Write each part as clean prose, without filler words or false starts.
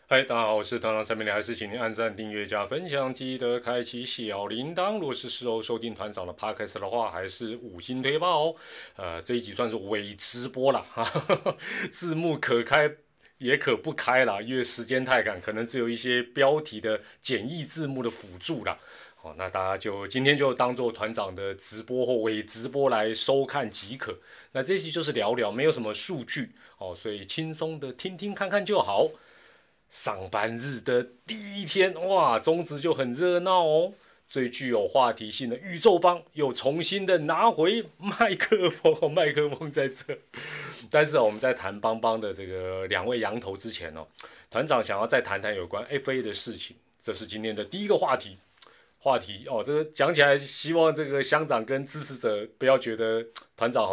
嗨，大家好，我是团长360，还是请您按赞、订阅、加分享，记得开启小铃铛。如果是事后收听团长的 podcast 的话，还是五星推爆哦。这一集算是伪直播啦，哈哈，字幕可开也可不开啦，因为时间太赶，可能只有一些标题的简易字幕的辅助啦。好，那大家今天就当做团长的直播或伪直播来收看即可。那这一集就是聊聊，没有什么数据哦，所以轻松的听听看看就好。上班日的第一天，哇，中职就很热闹哦。最具有话题性的宇宙帮又重新的拿回麦克风，麦克风在这。但是我们在谈邦邦的这个两位羊头之前哦，团长想要再谈谈有关 FA 的事情，这是今天的第一个话题。这个讲起来，希望这个乡长跟支持者不要觉得团长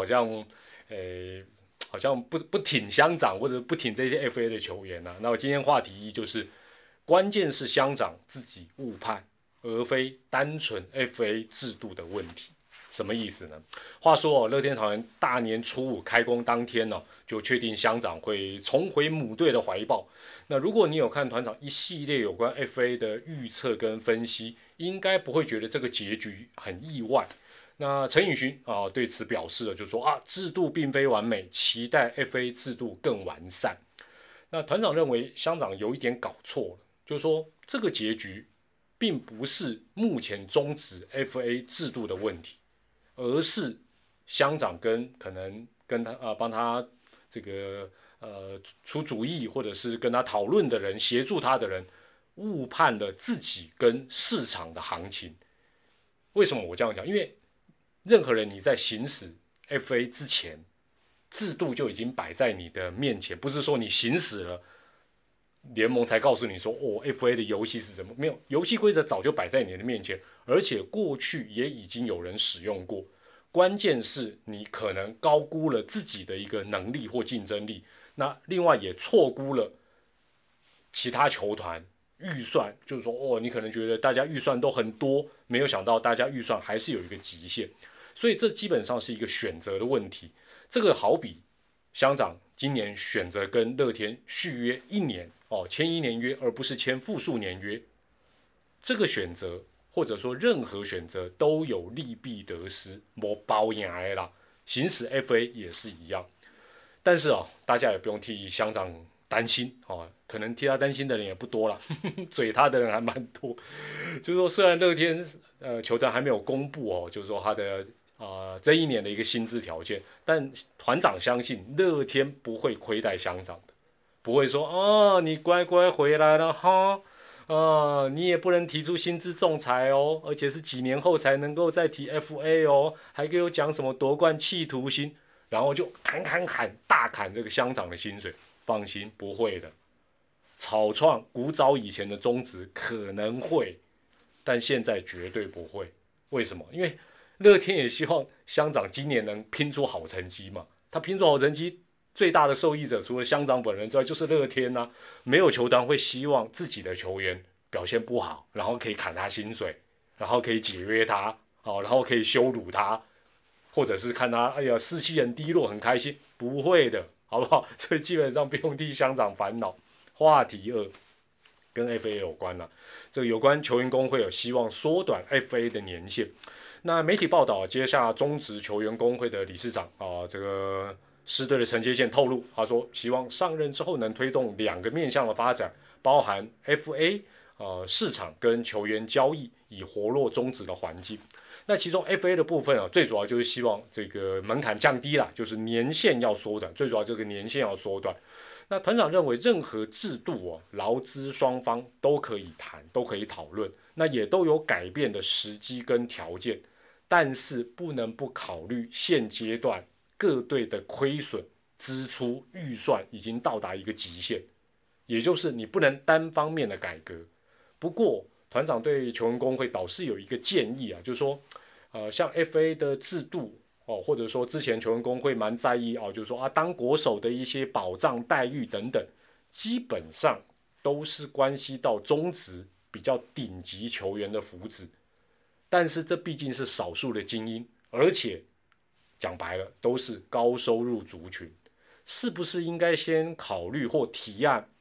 好像不挺乡长或者不挺这些 FA 的球员啊。那我今天话题一就是关键是乡长自己误判，而非单纯 FA 制度的问题。什么意思呢？话说乐天桃园大年初五开工当天就确定乡长会重回母队的怀抱。那如果你有看团长一系列有关 FA 的预测跟分析，应该不会觉得这个结局很意外。那陈宇勋对此表示了，就说制度并非完美，期待 FA 制度更完善。那团长认为乡长有一点搞错了，就是说这个结局并不是目前终止 FA 制度的问题，而是乡长可能跟他帮他这个出主意，或者是跟他讨论的人、协助他的人误判了自己跟市场的行情。为什么我这样讲？因为任何人你在行使 FA 之前，制度就已经摆在你的面前，不是说你行使了联盟才告诉你说FA 的游戏是什么，没有，游戏规则早就摆在你的面前，而且过去也已经有人使用过。关键是你可能高估了自己的一个能力或竞争力，那另外也错估了其他球团预算，就是说你可能觉得大家预算都很多，没有想到大家预算还是有一个极限，所以这基本上是一个选择的问题。这个好比乡长今年选择跟乐天续约1年签1年约，而不是签复数年约，这个选择或者说任何选择都有利弊得失，没包赢的啦。行使 FA 也是一样，但是大家也不用替乡长担心可能替他担心的人也不多了，嘴他的人还蛮多。就是说，虽然乐天球团还没有公布就是说他的这一年的一个薪资条件，但团长相信乐天不会亏待乡长的，不会说你乖乖回来了哈。你也不能提出薪资仲裁哦，而且是几年后才能够再提 FA 哦，还给我讲什么夺冠企图心，然后就砍大砍这个乡长的薪水。放心，不会的。草创古早以前的宗旨可能会，但现在绝对不会。为什么？因为乐天也希望乡长今年能拼出好成绩嘛。他拼出好成绩，最大的受益者除了乡长本人之外，就是乐天啊。没有球团会希望自己的球员表现不好，然后可以砍他薪水，然后可以解约他，然后可以羞辱他，或者是看他士气很低落很开心，不会的，好不好？所以基本上不用替乡长烦恼。话题二跟 FA 有关了，这个有关球员工会有希望缩短 FA 的年限。那媒体报道，接下中职球员工会的理事长这个狮队的陈杰宪透露，他说希望上任之后能推动2个面向的发展，包含 FA 市场跟球员交易，以活络中职的环境。那其中 FA 的部分最主要就是希望这个门槛降低啦，就是年限要缩短，最主要这个年限要缩短。那团长认为，任何制度劳资双方都可以谈，都可以讨论，那也都有改变的时机跟条件，但是不能不考虑现阶段各队的亏损、支出、预算已经到达一个极限，也就是你不能单方面的改革。不过，团长对球员工会倒是有一个建议就是说，像 FA 的制度或者说之前球员工会蛮在意就是说当国手的一些保障待遇等等，基本上都是关系到中职比较顶级球员的福祉。但是这毕竟是少数的精英，而且讲白了都是高收入族群，是不是应该先考虑或提案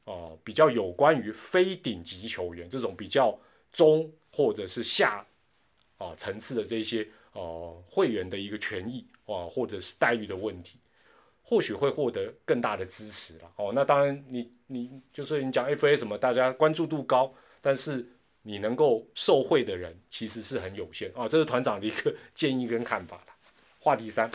比较有关于非顶级球员这种比较中或者是下层次的这些会员的一个权益或者是待遇的问题，或许会获得更大的支持了那当然你就是你讲 FA 什么，大家关注度高，但是你能够受惠的人其实是很有限这是团长的一个建议跟看法了。话题3，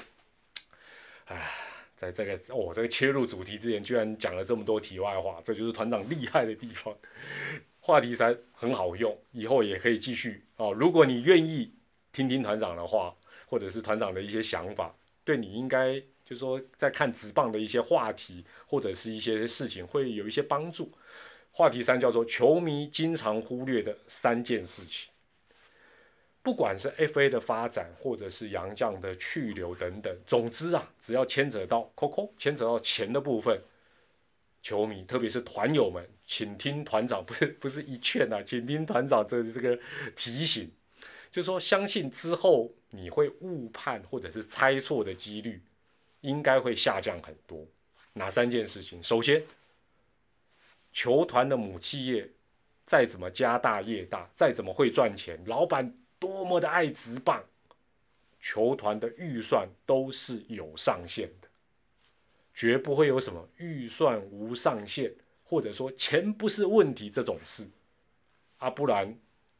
在这个切入主题之前，居然讲了这么多题外话，这就是团长厉害的地方。话题3很好用，以后也可以继续如果你愿意听听团长的话，或者是团长的一些想法，对你应该就是说在看职棒的一些话题或者是一些事情会有一些帮助。话题3叫做球迷经常忽略的3件事情。不管是 FA 的发展，或者是洋将的去留等等，总之只要牵扯到钱的部分，球迷特别是团友们，请听团长不是一劝请听团长的这个提醒，就是说相信之后你会误判或者是猜错的几率应该会下降很多。哪3件事情？首先，球团的母企业再怎么家大业大，再怎么会赚钱，老板多么的爱职棒，球团的预算都是有上限的，绝不会有什么预算无上限，或者说钱不是问题这种事不然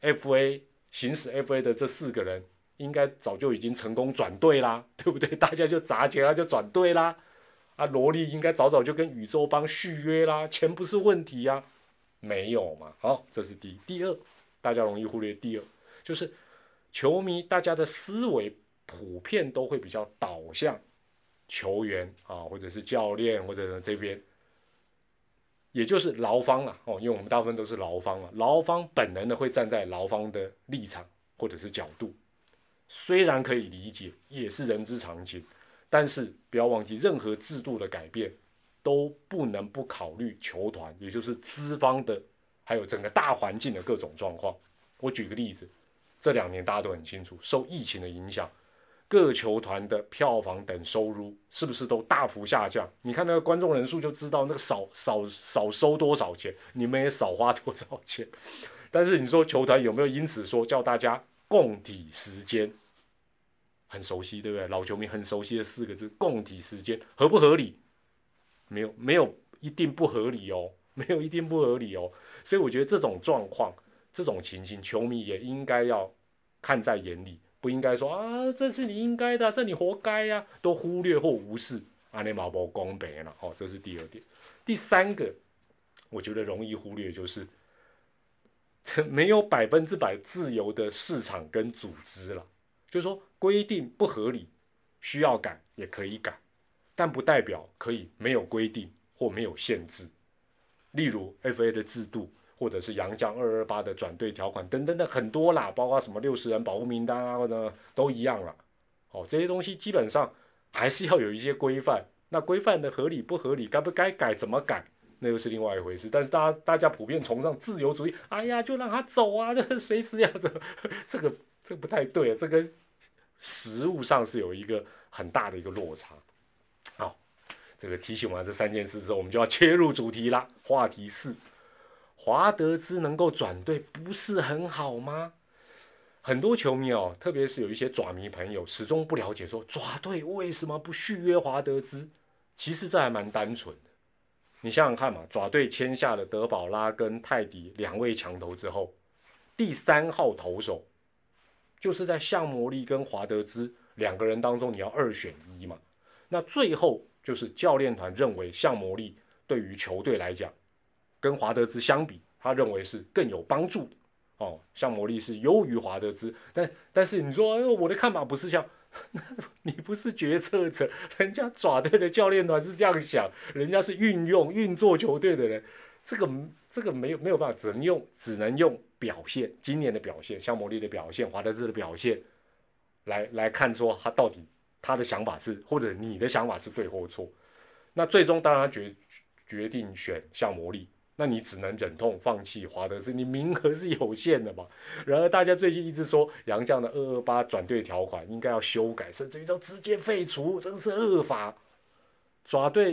FA 行使 FA 的这4个人应该早就已经成功转队啦，对不对？大家就砸钱就转队啦罗莉应该早早就跟宇宙帮续约啦，钱不是问题没有嘛。好，这是第一。第二，大家容易忽略第二，就是球迷大家的思维普遍都会比较导向球员或者是教练或者这边，也就是劳方因为我们大部分都是劳方劳方本能的会站在劳方的立场或者是角度，虽然可以理解，也是人之常情，但是不要忘记，任何制度的改变都不能不考虑球团，也就是资方的，还有整个大环境的各种状况。我举个例子，这2年大家都很清楚，受疫情的影响，各球团的票房等收入是不是都大幅下降？你看那个观众人数就知道，那个少收多少钱，你们也少花多少钱。但是你说球团有没有因此说叫大家共体时间？很熟悉，对不对？老球迷很熟悉的4个字，共体时间，合不合理？没有一定不合理没有一定不合理所以我觉得这种状况，这种情形，球迷也应该要看在眼里，不应该说这是你应该的，这你活该都忽略或无视，那也不公平了这是第2点。第3个，我觉得容易忽略就是没有100%自由的市场跟组织了。就是说规定不合理，需要改也可以改，但不代表可以没有规定或没有限制。例如 FA 的制度，或者是洋将228的转队条款等等的很多啦，包括什么60人保护名单或者都一样啦这些东西基本上还是要有一些规范。那规范的合理不合理，该不该改，怎么改，那又是另外一回事。但是大家普遍崇尚自由主义，就让他走这随时要走，这个不太对这个实务上是有一个很大的一个落差。好，这个提醒完这3件事之后，我们就要切入主题啦。话题4，华德兹能够转队不是很好吗？很多球迷特别是有一些爪迷朋友始终不了解，说爪队为什么不续约华德兹？其实这还蛮单纯的。你想想看嘛，爪队签下了德保拉跟泰迪2位强投之后，第3号投手就是在向魔力跟华德兹2个人当中你要2选1嘛。那最后就是教练团认为向魔力对于球队来讲跟华德兹相比，他认为是更有帮助的向魔力是优于华德兹。但是你说我的看法不是这样，你不是决策者，人家爪队的教练团是这样想，人家是运作球队的人，这个没有办法，只能用表现，今年的表现，向魔力的表现，华德兹的表现来看说他到底他的想法是，或者你的想法是对或错。那最终当然他决定选向魔力，那你只能忍痛放弃华德兹，你名额是有限的嘛。然而大家最近一直说洋将的228转队条款应该要修改，甚至于都直接废除，真是恶法。爪队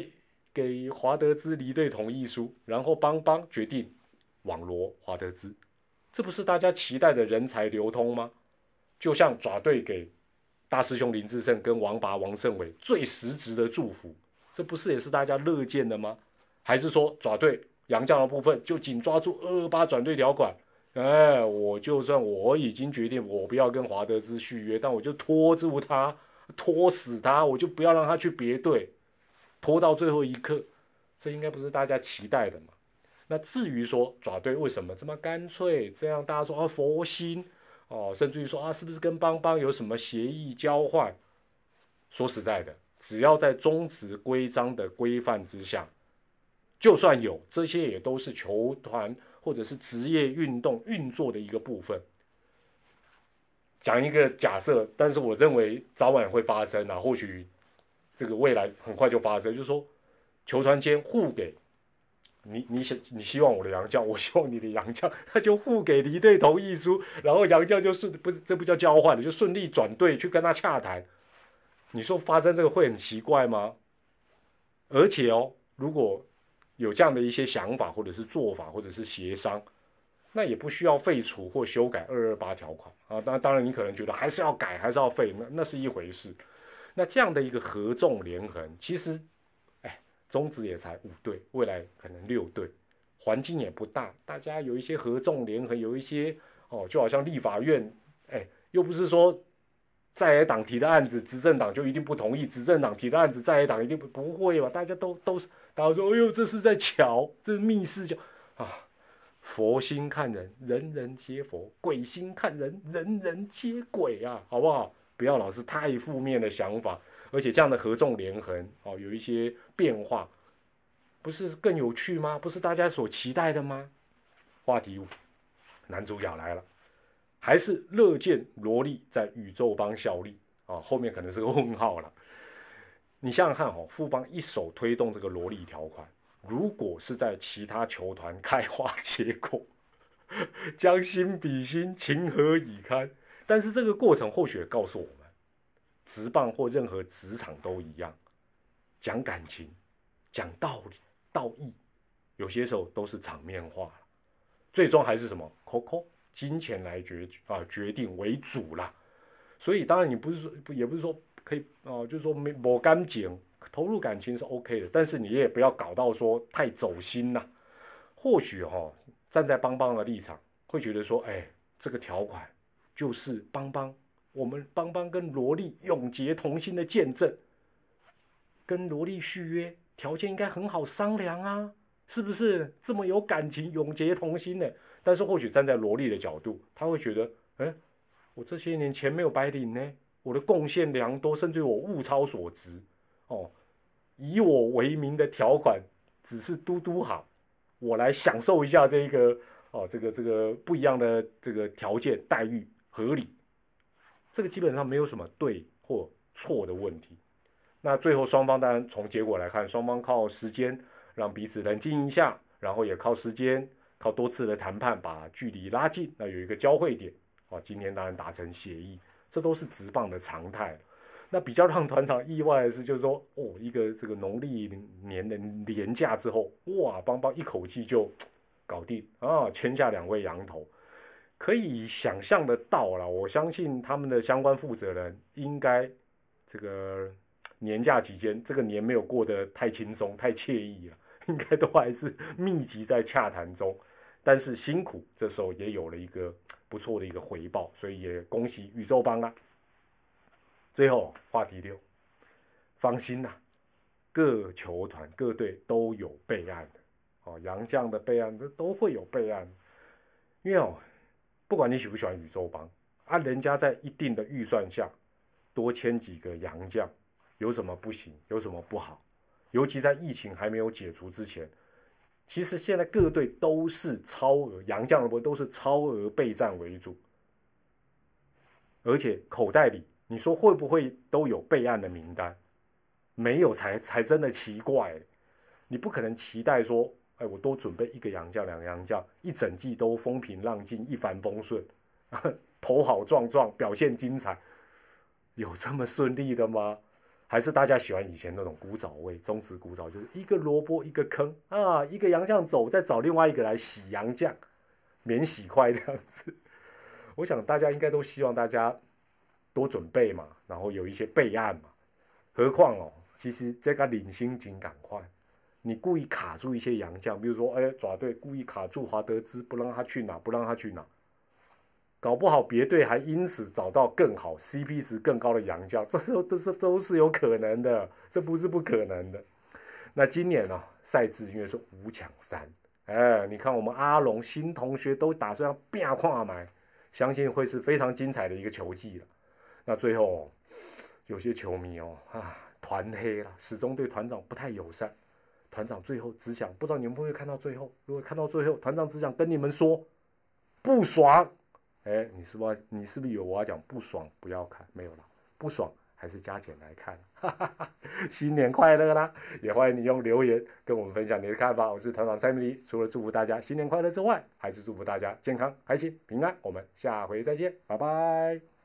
给华德兹离队同意书，然后邦邦决定网罗华德兹，这不是大家期待的人才流通吗？就像爪队给大师兄林志胜跟王拔王胜伟最实质的祝福，这不是也是大家乐见的吗？还是说爪队洋将的部分就紧抓住228转队条款？我就算我已经决定我不要跟华德兹续约，但我就拖住他，拖死他，我就不要让他去别队，拖到最后一刻，这应该不是大家期待的嘛？那至于说爪队为什么这么干脆，这样大家说佛心甚至于说是不是跟邦邦有什么协议交换？说实在的，只要在中职规章的规范之下，就算有，这些也都是球团或者是职业运动运作的一个部分。讲一个假设，但是我认为早晚会发生或许这个未来很快就发生，就是说球团间互给你希望我的洋将，我希望你的洋将，他就互给离队同意书，然后洋将就这不叫交换的，就顺利转队去跟他洽谈。你说发生这个会很奇怪吗？而且如果有这样的一些想法或者是做法或者是协商，那也不需要废除或修改228条款当然你可能觉得还是要改，还是要废，那是一回事。那这样的一个合纵连横，其实中职也才5队，未来可能6队，环境也不大，大家有一些合纵连横，有一些就好像立法院，又不是说在野党提的案子，执政党就一定不同意；执政党提的案子，在野党一定不会吧？大家都是，大家说，哎呦，这是在瞧，这是密室教佛心看人，人人皆佛；鬼心看人，人人皆鬼好不好？不要老是太负面的想法，而且这样的合纵连横有一些变化，不是更有趣吗？不是大家所期待的吗？话题男主角来了，还是乐见罗力在宇宙帮效力后面可能是个问号了。你想想看富邦一手推动这个罗力条款，如果是在其他球团开花结果，将心比心，情何以堪？但是这个过程或许也告诉我们，职棒或任何职场都一样，讲感情、讲道理、道义，有些时候都是场面化，最终还是什么？金钱来决定为主啦。所以当然你也不是说可以就是说没干净，投入感情是 OK 的，但是你也不要搞到说太走心啦。或许站在邦邦的立场，会觉得说，这个条款就是我们邦邦跟罗力永结同心的见证，跟罗力续约条件应该很好商量啊，是不是这么有感情，永结同心的？但是或许站在罗力的角度，他会觉得，我这些年钱没有白领呢，我的贡献良多，甚至我物超所值以我为名的条款只是嘟好，我来享受一下这个这个不一样的这个条件待遇合理，这个基本上没有什么对或错的问题。那最后双方当然从结果来看，双方靠时间让彼此冷静一下，然后也靠时间靠多次的谈判把距离拉近，那有一个交汇点今天当然达成协议，这都是职棒的常态。那比较让团长意外的是，就是说一个这个农历年的年假之后，哇，邦邦一口气就搞定签下2位洋投，可以想象得到啦，我相信他们的相关负责人应该这个年假期间，这个年没有过得太轻松太惬意了，应该都还是密集在洽谈中，但是辛苦这时候也有了一个不错的一个回报，所以也恭喜宇宙帮啦。最后话题6，放心啦，各球团各队都有备案的洋将的备案，这都会有备案，因为不管你喜不喜欢宇宙帮人家在一定的预算下多签几个洋将有什么不行，有什么不好？尤其在疫情还没有解除之前，其实现在各队都是超额洋将的部分都是超额备战为主，而且口袋里你说会不会都有备案的名单？没有才真的奇怪。你不可能期待说，我多准备1个洋将2个洋将，一整季都风平浪静一帆风顺，头好壮壮表现精彩，有这么顺利的吗？ 还是大家喜欢以前那种古早味，中职古早就是一个萝卜一个坑啊，一个洋将走，再找另外一个来洗洋将，免洗块这样子。我想大家应该都希望大家多准备嘛，然后有一些备案嘛。何况哦，其实这个领薪金赶快，你故意卡住一些洋将，比如说爪队故意卡住华德兹，不让他去哪，不让他去哪。搞不好别队还因此找到更好 CP 值更高的洋将，这都是有可能的，这不是不可能的。那今年呢、赛制因为是5抢3，你看我们阿龙新同学都打算要变跨买，相信会是非常精彩的一个球季了。那最后有些球迷团黑了，始终对团长不太友善。团长最后只想，不知道你们会不会看到最后？如果看到最后，团长只想跟你们说，不爽。你是不是以为我要讲不爽不要看？没有了，不爽还是加减来看。新年快乐啦！也欢迎你用留言跟我们分享你的看法。我是团长蔡明黎，除了祝福大家新年快乐之外，还是祝福大家健康、开心、平安。我们下回再见，拜拜。